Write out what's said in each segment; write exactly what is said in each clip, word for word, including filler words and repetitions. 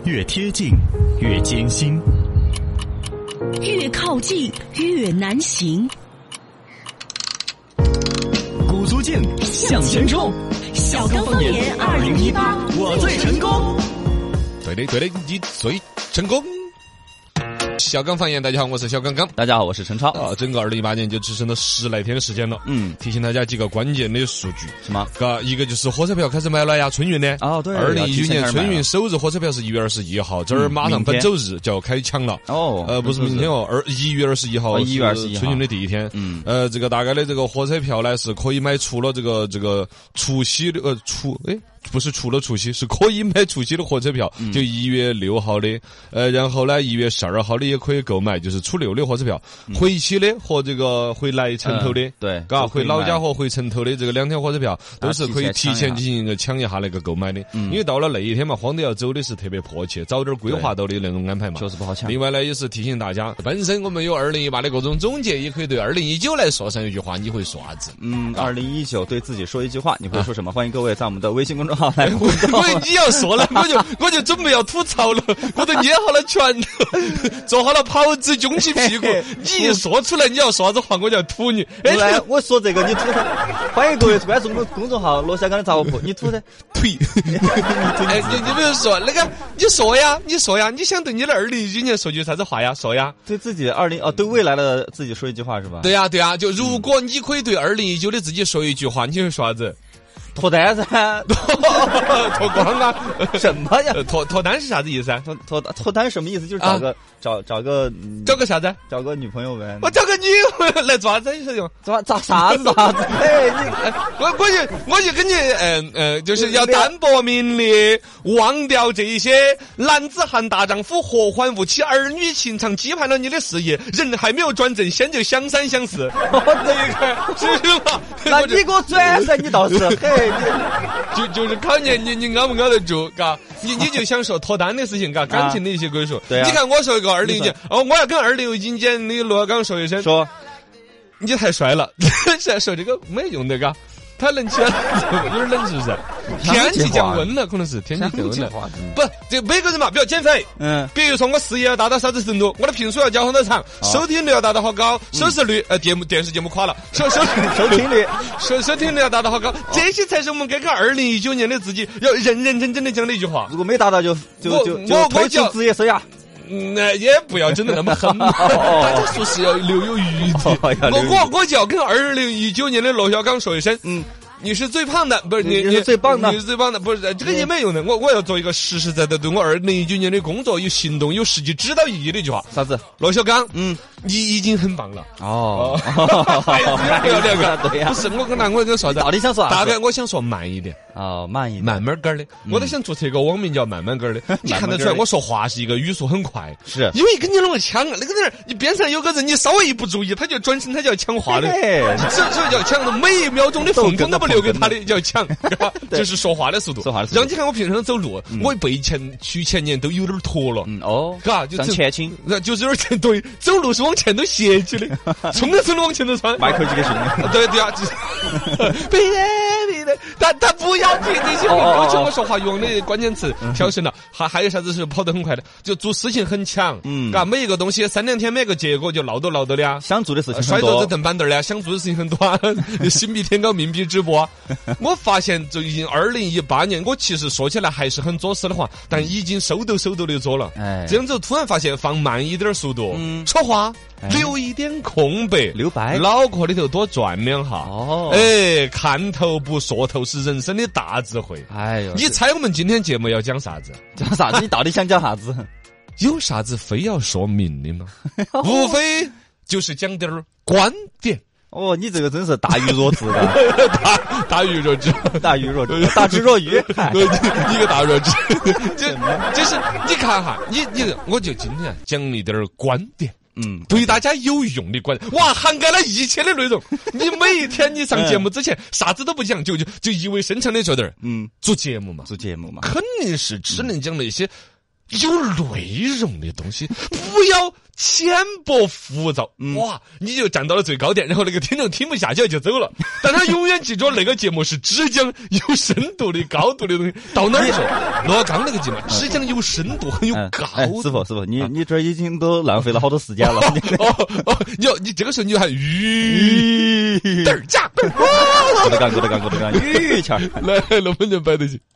越贴近越艰辛， 越靠近越难行。 鼓足劲向前冲，小刚方言二零一八，我最成功。 对的，对的，你最成功。小刚方言，大家好，我是小刚刚。 大家好，我是陈超。 啊，整个二零一八年就只剩了十来天的时间了。 嗯， 提醒大家几个关键的数据。 什么？ 嘎，一个就是火车票开始买了呀，春运的。 哦，对。 二零一九年春运首日火车票是一月二十一号，这儿马上本周日就要开抢了。 哦， 呃，不是明天哦，二一月二十一号， 一月二十一号春运的第一天。 嗯， 呃，这个大概的这个火车票呢是可以买除了这个这个除夕的呃除哎。不是除了除夕，是可以买除夕的火车票， 嗯、 就一月六号的，呃，然后呢，一月十二号的也可以购买，就是初六的火车票，嗯、回去的和这个回来城头的， 嗯、对， 嘎，回老家和回城头的这个两天火车票都是可以提前进行一个抢一下那个购买的， 嗯、 因为到了那一天嘛，慌得要走的是特别迫切，早点规划到的那种安排嘛， 确实不好抢。 另外呢，也是提醒大家，本身我们有二零一八的各种总结，也可以对二零一九来说上一句话，你会说啥子？ 嗯，二零一九对自己说一句话，你会说什么？啊、欢迎各位在我们的微信公众号来互动。 因为你要说了，我就我就准备要吐槽了，我都捏好了拳头，做好了袍子，弓起屁股。你一说出来，你要说啥子话，我就要吐你。 哎，来，我说这个，你吐噻。欢迎各位关注我们公众号“罗小刚的杂货铺”，你吐噻。 呸！哎，你你比如说那个，你说呀，你说呀，你想对你的二零一九年说句啥子话呀？说呀， 对自己二零哦，对未来的自己说一句话是吧？ 对呀，对呀，就如果你可以对二零一九的自己说一句话，你会说啥子？ 脱单噻， 脱光啊？ 什么呀？ 脱脱单是啥子意思啊？ 脱脱脱单什么意思？就是找个、啊、找找个、嗯、 找个啥子？ 找个女朋友呗。 我找个女朋友来做啥子？你说用做咋啥子啥子？哎，你我我就我就跟你嗯呃，就是要淡泊名利，忘掉这些男子汉大丈夫，何患无妻？儿女情长羁绊了你的事业，人还没有转正，先就相三相四。我这个是吧？ 那你给我转噻，你倒是嘿。 就就是考验你，你熬不熬得住，嘎？你你就想说脱单的事情，嘎，感情的一些归属。 对啊。 你看我说一个二零一九，哦，我要跟二零一九年的罗小刚说一声， 说你太帅了。现在说这个没用的，嘎。他冷起来有点冷是不是？天气降温了，可能是天气降温了。不，这每个人嘛，比如减肥，嗯，比如说我事业要达到啥子程度，我的评书要交好多场，收听率要达到好高，收视率呃，节目电视节目垮了，收收收听率， 收收听率要达到好高，这些才是我们该跟二零一九年的自己要认认真真的讲的一句话。 如果没达到，就就就就退出职业生涯。 嗯，那也不要真的那么狠，大家说是要留有余地。我我我就要跟二零一九年的罗小刚说一声，嗯。你是最胖的，不是你， 你是最棒的， 你是最棒的，不是这个也没用的。我我要做一个实实在在对我二零一九年的工作有行动、有实际指导意义的一句话。 啥子？ 罗小刚， 嗯， 你已经很棒了。 哦， 还不要那个， 对呀， 不是我跟那我跟说的， 到底想说啥？ 大概我想说慢一点。 哦，慢一点， 慢慢点的。我都想做这个网名叫慢慢点的。你看得出来，我说话是一个语速很快， 是因为跟你那么抢，那个人你边上有个人，你稍微一不注意，他就转身，他就要抢话的，所以所以叫抢，每一秒钟的缝缝都不留给他的，叫。抢，就是说话的速度。 说话的速度。 然后你看我平常走路，嗯、我背前去前年都有点驼了。 嗯哦， 嘎，就向前倾， 就是有点对，走路是往前都斜起的，冲着冲着往前头穿。 迈克尔几个行。 对对啊，就是。别别别，他他不要听这些，而且我说话用的关键词调整了，还还有啥子是跑得很快的，就做事情很强。嗯，嘎，每一个东西三两天没个结果就闹叨闹叨的呀。 想做的事情摔桌子蹬板凳的呀，想做的事情很多，心比天高，命比纸薄。我发现最近二零一八年，我其实说起来还是很作死的话，但已经收抖收抖的做了。哎，这样子突然发现放慢一点速度，嗯，说话留一点空白， 留白， 脑壳里头多转两下。哦，哎，看头不说头是人生的大智慧。哎呦，你猜我们今天节目要讲啥子？ 讲啥子？你到底想讲啥子？ 有啥子非要说明的吗？无非就是讲点儿观点。 哦，你这个真是大愚弱智的， 大大愚弱智， 大愚弱智，大智若愚， 一个大弱智，就就是你看哈，你你我就今天讲一点观点，嗯，对大家有用的观点，哇，涵盖了一切的内容。你每一天你上节目之前啥子都不讲，就就就意味深长的说点儿，嗯，做节目嘛， 做节目嘛， 肯定是只能讲那些有内容的东西，不要浅薄浮躁。嗯、哇，你就站到了最高点，然后那个听众听不下去就走了。但他永远记住那个节目是只讲有深度的、高度的东西。到哪儿说？罗刚那个节目只讲有深度、很有高度。 哎哎、师傅，师傅，你你这已经都浪费了好多时间了。 哦哦，你你这个时候你就喊吁嘚儿架， 过得干，过得干，过得干，吁钱儿， 来，能不能摆得起？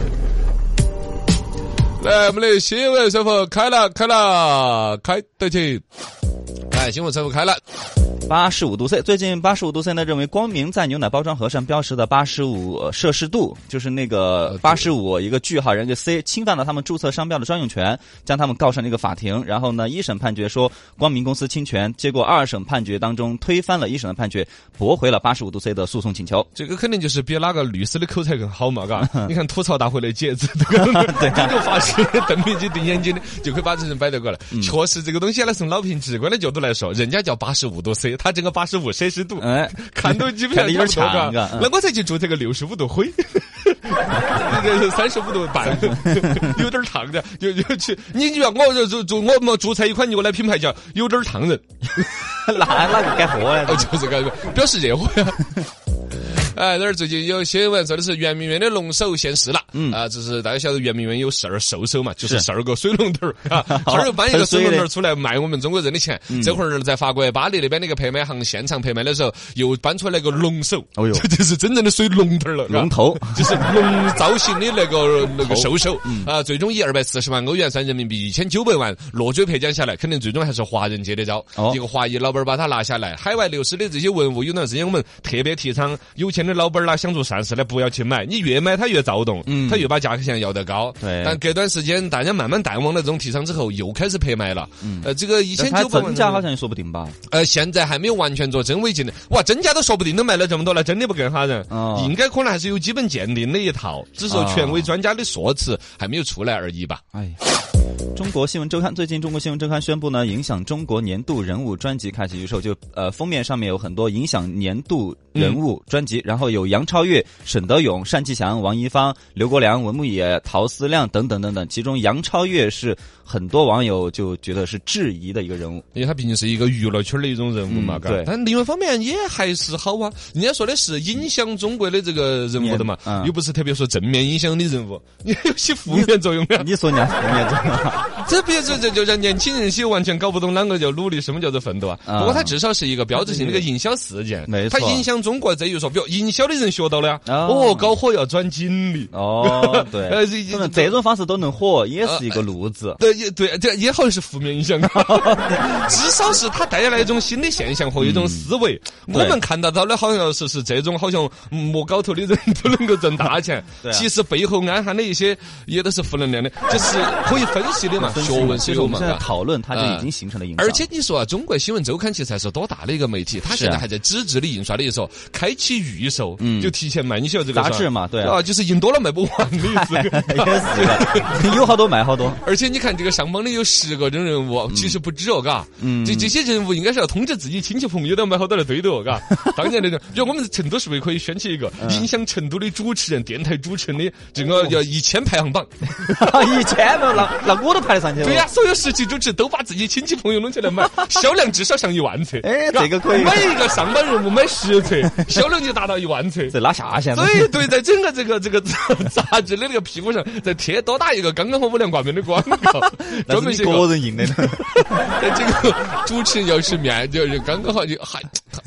来，我们的新闻首富开了，开了，开得起。来，新闻首富开了。 八十五度 C， 最近八十五度 C 呢认为光明在牛奶包装盒上标识的八十五摄氏度，就是那个八十五一个句号，然后一个 C， 侵犯了他们注册商标的专用权，将他们告上了一个法庭。然后呢，一审判决说光明公司侵权，结果二审判决当中推翻了一审的判决，驳回了八十五度 C 的诉讼请求。 这个肯定就是比哪个律师的口才更好嘛，嘎？你看吐槽大会的节子，这个对，这个法师瞪鼻子瞪眼睛的，就可以把这人摆得过来。嗯、确实，这个东西来从老凭直观的角度来说，人家叫八十五度 C， 他整个八十五摄氏度，哎，看都基本上有点长， 那我才去注册个六十五度灰，三十五度半，有点烫的，就就去，你就我就就我们注册一款牛奶品牌叫有点烫人， 哪哪个改货呀？ 就是改个表示热火呀。哎，这儿最近有新闻说的是圆明园的龙首现世了，嗯啊，这是大家晓得圆明园有十二兽首嘛，就是十二个水龙头儿啊，这儿又搬一个水龙头儿出来卖我们中国人的钱。嗯、这会儿在法国巴黎那边那个拍卖行现场拍卖的时候，又搬出来个龙首，哦哟，这就是真正的水龙头了， 龙头就是龙造型的那个那个兽首、嗯、啊，最终以二百四十万欧元算人民币一千九百万落嘴配奖下来，肯定最终还是华人接的招，哦、一个华裔老板把它拿下来。海外流失的这些文物，有段时间我们特别提倡有钱的老板啦，想做善事呢，不要去买，你越买他越躁动，嗯，他越把价格想要得高。对，但隔段时间大家慢慢淡忘了这种提倡之后，又开始拍卖了。嗯，呃，这个一千九百万真假好像也说不定吧？ 呃，现在还没有完全做真伪鉴定。哇，真假都说不定，都卖了这么多了，真的不更吓人？哦，应该可能还是有基本鉴定的一套，只是说权威专家的说辞还没有出来而已吧。 哎。中国新闻周刊最近，中国新闻周刊宣布呢，影响中国年度人物专辑开始预售，就呃封面上面有很多影响年度人物专辑，嗯、然后有杨超越、沈德勇、单霁翔、王一芳、刘国梁、文牧野、陶思亮等等等等，其中杨超越是很多网友就觉得是质疑的一个人物， 因为他毕竟是一个娱乐圈的一种人物嘛，嗯、对。但另外一方面也还是好啊，人家说的是影响中国的这个人物的嘛，嗯、又不是特别说正面影响的人物，你有些负面作用的。 你说人家负面作用？ 这别这这就让年轻人些完全搞不懂啷个叫努力，什么叫做奋斗啊？嗯、不过它至少是一个标志性的一个营销事件， 没错。 它影响中国，这又说，比如营销的人学到了呀，哦，哦搞火要转精力， 哦，对，呃，这这种方式都能火，也是一个路子。 呃、对，也对，这也好像是负面影响，至少是它带来一种新的现象和一种思维。嗯、我们看得到的好像是是这种，好像没搞头的人不能够挣大钱，啊、其实背后暗含的一些也都是负能量的，就是可以分析的嘛。学问是有嘛？ 现在讨论它就已经形成了影响。 而且你说啊，中国新闻周刊其实还是多大的一个媒体，它现在还在纸质的印刷的时候开启预售，嗯，就提前卖。你晓得这个杂志嘛？对啊，就是印多了卖不完的意思。 也是有好多卖好多。 而且你看这个上榜的有十个这种人物，其实不止哦，嘎，嗯，这这些人物应该是要通知自己亲戚朋友都买好多来堆的哦，嘎。当年那种，就我们成都是不是可以选起一个影响成都的主持人、电台主持人的这个叫一千排行榜？ 一千嘛，那那我都排得上去了。 对呀，所有实习主持都把自己亲戚朋友弄起来买，销量至少上一万册。 哎，这个可以。 每一个上榜人物买十册，销量就达到一万册。 这拉下线了。 对对，在整个这个这个杂志的那个屁股上再贴多大一个刚刚好五粮挂面的广告，专门是个人印的呢。 在这个主持人要吃面，就是刚刚好就还。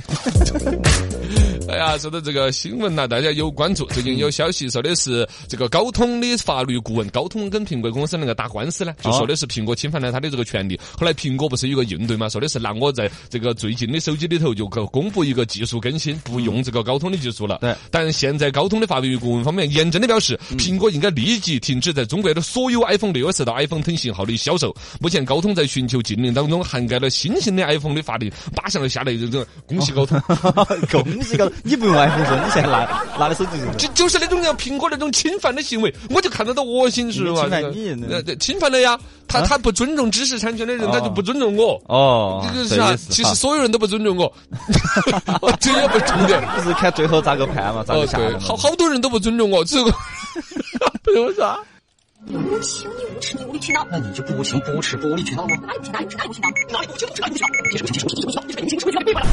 哎呀，说到这个新闻呢、啊，大家有关注。最近有消息说的是，这个高通的法律顾问，高通跟苹果公司那个打官司呢，就说的是苹果侵犯了他的这个权利。后来苹果不是有个应对嘛，说的是那我在这个最近的手机里头就公布一个技术更新，不用这个高通的技术了。对。但现在高通的法律顾问方面严正的表示，苹果应该立即停止在中国的所有 iPhone 六 S 到 iPhone X 型号的销售。目前高通在寻求禁令当中涵盖了新型的 iPhone 的法律，马上下来这个恭喜高通， 恭喜高通。你不用 iPhone 说，你现在拿拿的手机就就是那种像苹果那种侵犯的行为，我就看得到恶心是吧？ 侵犯你， 呃，侵犯了呀！他他不尊重知识产权的人，他就不尊重我。 哦， 这个是啊，其实所有人都不尊重我，这也不重点， 不是看最后咋个判嘛？咋个下？ 好好多人都不尊重我，这个不用啥。 你无情，你无耻，你无理取闹。 那你就不无情、不无耻、不无理取闹吗？ 哪里不是哪里不是哪里不是哪里？哪里不无情不是哪里不是哪里？ 别是不情，不情，不情，别是不情，不情，别过来。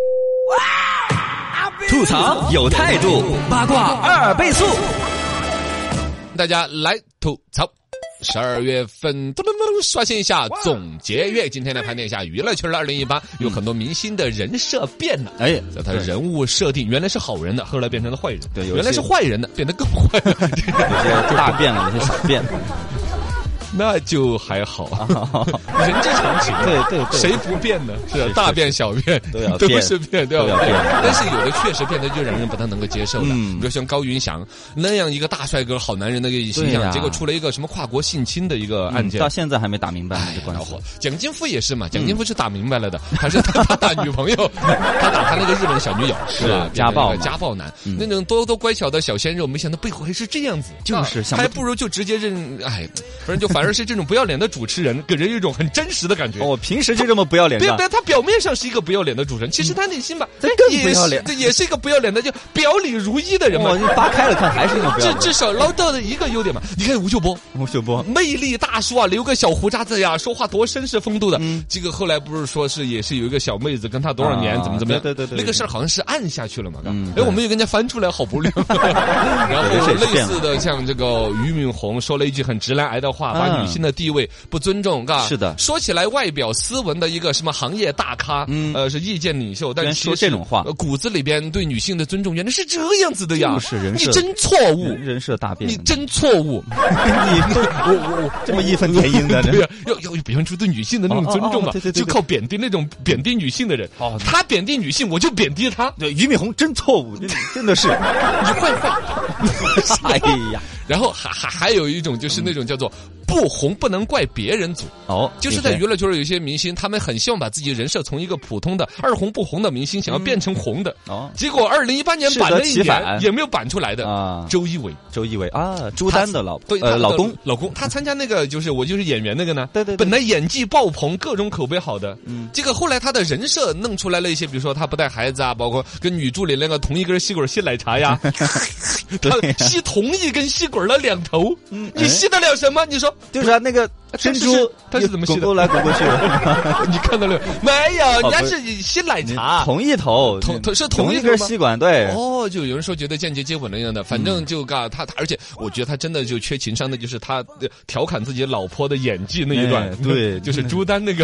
吐槽有态度，八卦二倍速。 大家来吐槽。十二月份嘟嘟嘟刷新一下总结月，今天来盘点一下娱乐圈的二零一八，有很多明星的人设变了。哎，他的人物设定原来是好人的，后来变成了坏人；对，原来是坏人的，变得更坏了。有些大变了，有些小变。 那就还好，人之常情。 对对对， 谁不变呢？是大变小变都要变， 都是变都要变。但是有的确实变得就让人不太能够接受了。嗯，比如像高云翔那样一个大帅哥、好男人的一个形象，结果出了一个什么跨国性侵的一个案件， 到现在还没打明白这关系。 蒋劲夫也是嘛，蒋劲夫是打明白了的，还是他打女朋友，他打他那个日本小女友，是吧？ 家暴家暴男，那种多多乖巧的小鲜肉，没想到背后还是这样子， 就是还不如就直接认，哎，不然就反而是这种不要脸的主持人给人一种很真实的感觉。 我、哦、平时就这么不要脸的。 别别，他表面上是一个不要脸的主持人，其实他内心吧， 这更不要脸， 这也是一个不要脸的，就表里如一的人嘛。 哦、你扒开了看，还是一个不要脸。 至至少捞到的一个优点嘛。你看吴秀波， 吴秀波魅力大叔啊，留个小胡渣子呀，说话多绅士风度的。嗯，这个后来不是说是也是有一个小妹子跟他多少年，啊、怎么怎么样？ 对对 对, 对， 那个事儿好像是按下去了嘛。嗯，哎，我们又跟人家翻出来，好不灵。然后类似的，像这个俞敏洪说了一句很直男癌的话，把女性的地位不尊重，嘎。 是的。 说起来外表斯文的一个什么行业大咖，嗯，呃，是意见领袖，但说这种话， 呃，骨子里边对女性的尊重原来是这样子的呀， 就是人设， 你真错误， 人, 人设大变， 你真错误， 你我我这么义愤填膺的， 对呀、啊，要要表现出对女性的那种尊重嘛， 哦哦哦对对对对， 就靠贬低那种贬低女性的人，哦，他贬低女性，我就贬低他， 对，俞敏洪真错误，真真的是， 你坏坏， 哎呀， 然后还还还有一种就是那种叫做。不红不能怪别人组哦， 就是在娱乐圈有些明星，他们很希望把自己人设从一个普通的二红不红的明星，想要变成红的哦。结果二零一八年板了一年也没有板出来的啊。周一围， 周一围啊，朱丹的老对呃老公老公，他参加那个就是我就是演员那个呢， 对对， 本来演技爆棚，各种口碑好的，嗯，这个后来他的人设弄出来了一些，比如说他不带孩子啊，包括跟女助理那个同一根吸管吸奶茶呀，他吸同一根吸管的两头，你吸得了什么？你说就是啊那个。珍珠它是怎么吸的？ 滚过来滚过去的， 你看到了没有？人家是吸奶茶， 同一头， 同同是同一根吸管，对。 哦，就有人说觉得间接接吻那样的，反正就嘎他，而且我觉得他真的就缺情商的，就是他调侃自己老婆的演技那一段， 对， 就是朱丹那个。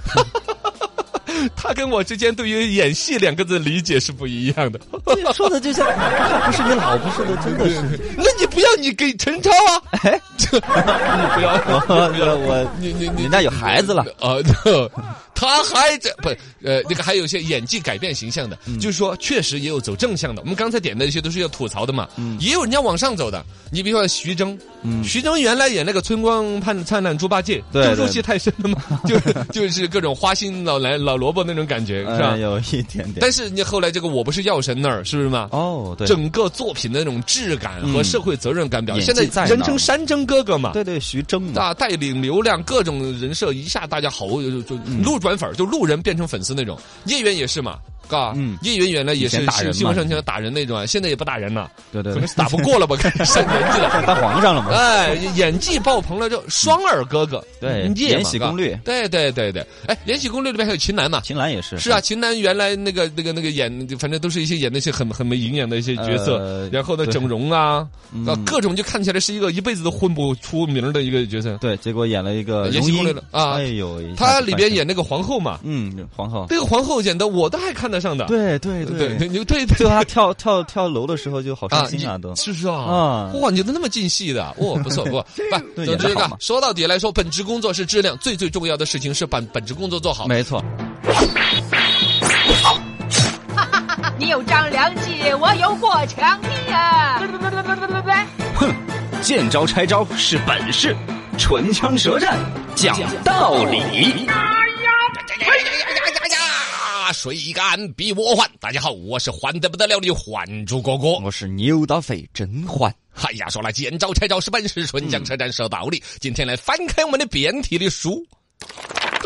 他跟我之间对于演戏两个字理解是不一样的， 说的就像他不是你老婆说的，真的是。 那你不要你给陈超啊？哎，你不要， 我我你你你，人家有孩子了啊。他还在不呃那个还有一些演技改变形象的，嗯、就是说确实也有走正向的。我们刚才点的一些都是要吐槽的嘛，嗯、也有人家往上走的。你比如说徐峥，嗯、徐峥原来演那个《春光灿灿烂猪八戒》，就入戏太深了嘛，就就是各种花心老来老萝卜那种感觉，是吧？ 呃、有一点点。 但是你后来这个我不是药神那儿是不是嘛？ 哦，对， 整个作品的那种质感和社会责任感表现，嗯、现在人称山珍哥哥嘛， 对对，徐峥啊，带领流量各种人设一下大家好就就路转粉就路人变成粉丝那种，叶原也是嘛。嘎，嗯，叶原原来也是新闻上经常打人那种啊，现在也不打人了， 对对， 可能是打不过了吧，上年纪了， 当皇上了嘛。 哎，演技爆棚了，就双耳哥哥， 对，《延禧攻略》， 对对对对，哎，《延禧攻略》里面还有秦岚嘛， 秦岚也是， 是啊，秦岚原来那个那个那个演，反正都是一些演那些很很没营养的一些角色，然后呢，整容啊，啊，各种就看起来是一个一辈子都混不出名的一个角色， 对，结果演了一个《 延禧攻略》了啊， 哎呦， 他里边演那个皇后嘛， 嗯，皇后， 那个皇后演的我都还看得上的， 对对。 对对对对， 最后他跳跳跳楼的时候就好伤心啊，都是不是啊？啊，哇，你都那么进戏的，哦，不错不错。不，总之这个说到底来说，本职工作是质量，最最重要的事情是把本职工作做好。 没错。 你有张良计，我有过墙壁啊！ 哼，见招拆招是本事，唇枪舌战讲道理。 谁敢比我还？大家好，我是还得不得了的还珠哥哥， 我是牛刀匪甄嬛。 哎呀，说了见招拆招是本事，唇枪舌战说道理。嗯、今天来翻开我们的辩题的书。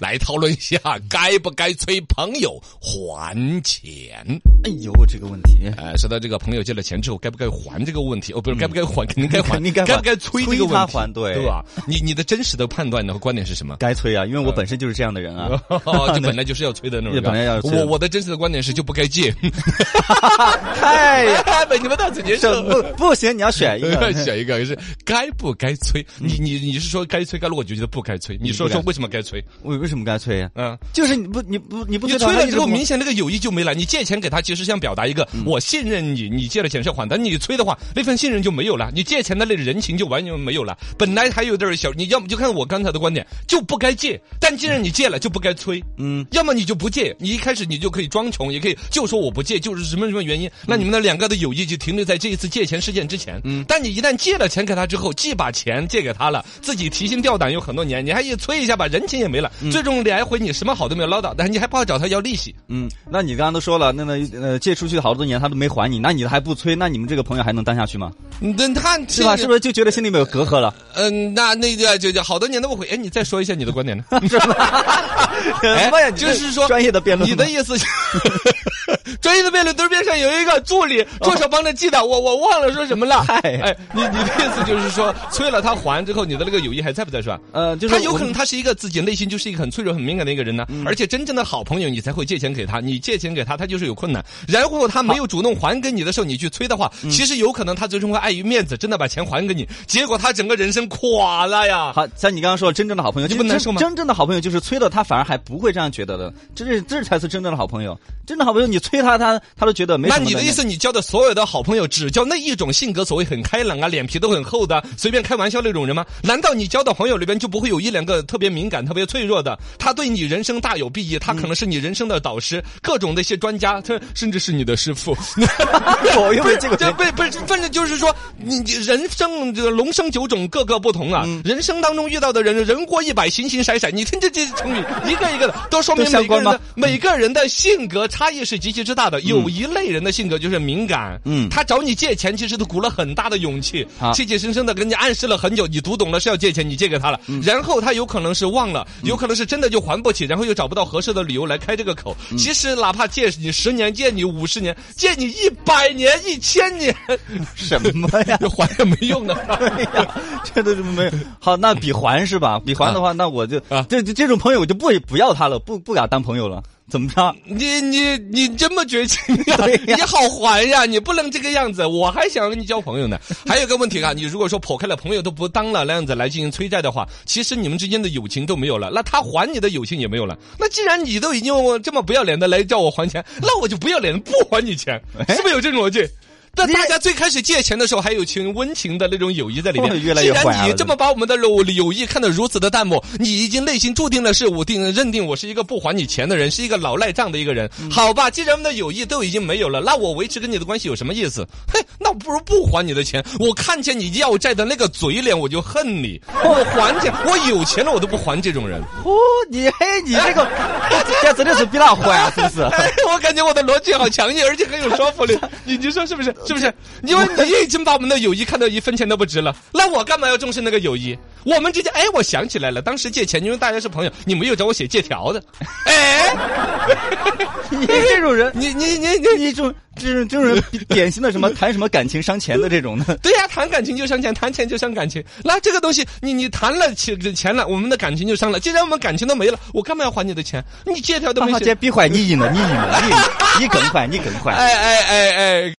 来讨论一下该不该催朋友还钱。 哎呦，这个问题， 呃，说到这个朋友借了钱之后该不该还这个问题，哦，不是该不该还，肯定该还， 肯定该还， 该不该催这个问题， 还对对吧？你你的真实的判断呢和观点是什么？ 该催啊，因为我本身就是这样的人啊， 哦，就本来就是要催的那种， 本来要催。 我我的真实的观点是就不该借。 哎呀， 你们到此结束， 不不行，你要选一个， 选一个是该不该催？你你你是说该催该了，我就觉得不该催。你说说为什么该催？ 为为什么该催呀？ 嗯， 就是你不你不你不你催了之后，明显那个友谊就没了。你借钱给他，其实想表达一个我信任你，你借了钱是还的。你催的话，那份信任就没有了，你借钱的那人情就完全没有了。本来还有点小，你要么就看我刚才的观点，就不该借。但既然你借了，就不该催。嗯，要么你就不借，你一开始你就可以装穷，也可以就说我不借，就是什么什么原因。那你们的两个的友谊就停留在这一次借钱事件之前。嗯，但你一旦借了钱给他之后，既把钱借给他了，自己提心吊胆有很多年，你还一催一下，把人情也没了，嗯、最终来回你什么好都没有捞到，但是你还不好找他要利息。 嗯，那你刚刚都说了，那个呃借出去好多年他都没还你，那你还不催，那你们这个朋友还能当下去吗？ 那他是吧？是不是就觉得心里面有隔阂了？ 嗯，那那个就就好多年都不回。哎，你再说一下你的观点呢？ 是吧？ 哎，就是说专业的辩论， 你的意思，专业的辩论对边上有一个助理助手帮着记的，我我忘了说什么了。哎，你你的意思就是说，催了他还之后，你的那个友谊还在不在是吧？呃，就是他有可能他是一个自己内心就是一个很脆弱、很敏感的一个人呢，而且真正的好朋友，你才会借钱给他，你借钱给他，他就是有困难，然后他没有主动还给你的时候，你去催的话，其实有可能他最终会碍于面子，真的把钱还给你，结果他整个人生垮了呀。 好，像你刚刚说真正的好朋友， 你不难受吗？ 真正的好朋友就是催了他反而还不会这样觉得的，这是这才是真正的好朋友。真正的好朋友，你催他，他他都觉得没什么。 那你的意思，你交的所有的好朋友，只交那一种性格所谓很开朗啊，脸皮都很厚的，随便开玩笑那种人吗？难道你交的朋友里边就不会有一两个特别敏感、特别脆弱的？他对你人生大有裨益，他可能是你人生的导师，各种的一些专家，他甚至是你的师傅。 我因为这个， 这不不是，反正就是说，你人生这个龙生九种，各个不同啊。嗯、人生当中遇到的人，人过一百，形形色色。你听这这成语，一个一个的都说明每个人的每个人的性格差异是极其之大的。有一类人的性格就是敏感，嗯，他找你借钱，其实都鼓了很大的勇气，切切生生的跟你暗示了很久，你读懂了是要借钱，你借给他了，嗯、然后他有可能是忘了，有可能是真的就还不起，然后又找不到合适的理由来开这个口。嗯、其实哪怕借你十年，借你五十年，借你一百年、一千年， 什么呀？ 还也没用啊！ 对呀，这都是没有。好，那比还是吧？比还的话，啊、那我就啊，这这种朋友我就不不要他了，不不给他当朋友了。怎么着？ 你你你这么绝情呀？你好还呀？你不能这个样子，我还想跟你交朋友呢。还有个问题啊，你如果说破开了朋友都不当了那样子来进行催债的话，其实你们之间的友情都没有了，那他还你的友情也没有了。那既然你都已经这么不要脸的来叫我还钱，那我就不要脸不还你钱，是不是有这种逻辑？但大家最开始借钱的时候还有情温情的那种友谊在里面。 越来越既然你这么把我们的友谊看得如此的淡漠，你已经内心注定了是我定认定我是一个不还你钱的人，是一个老赖账的一个人。嗯、好吧，既然我们的友谊都已经没有了，那我维持跟你的关系有什么意思？嘿，那我不如不还你的钱。我看见你要债的那个嘴脸，我就恨你。我还钱，我有钱了我都不还这种人。 哦，你嘿，你这个这真的是比他坏啊，是不是？ 哎，我感觉我的逻辑好强硬，而且很有说服力。你你说是不是？是不是？因为你已经把我们的友谊看到一分钱都不值了，那我干嘛要重视那个友谊？我们之间，哎，我想起来了，当时借钱，因为大家是朋友，你没有找我写借条的，哎， 你这种人， 你你你你你这种这种这种人，典型的什么谈什么感情伤钱的这种的。 对呀、啊，谈感情就伤钱，谈钱就伤感情。那这个东西，你你谈了钱钱了，我们的感情就伤了。既然我们感情都没了，我干嘛要还你的钱？你借条都没写， 这比坏你赢了，你赢了，你你更坏，你更坏。 哎哎哎哎。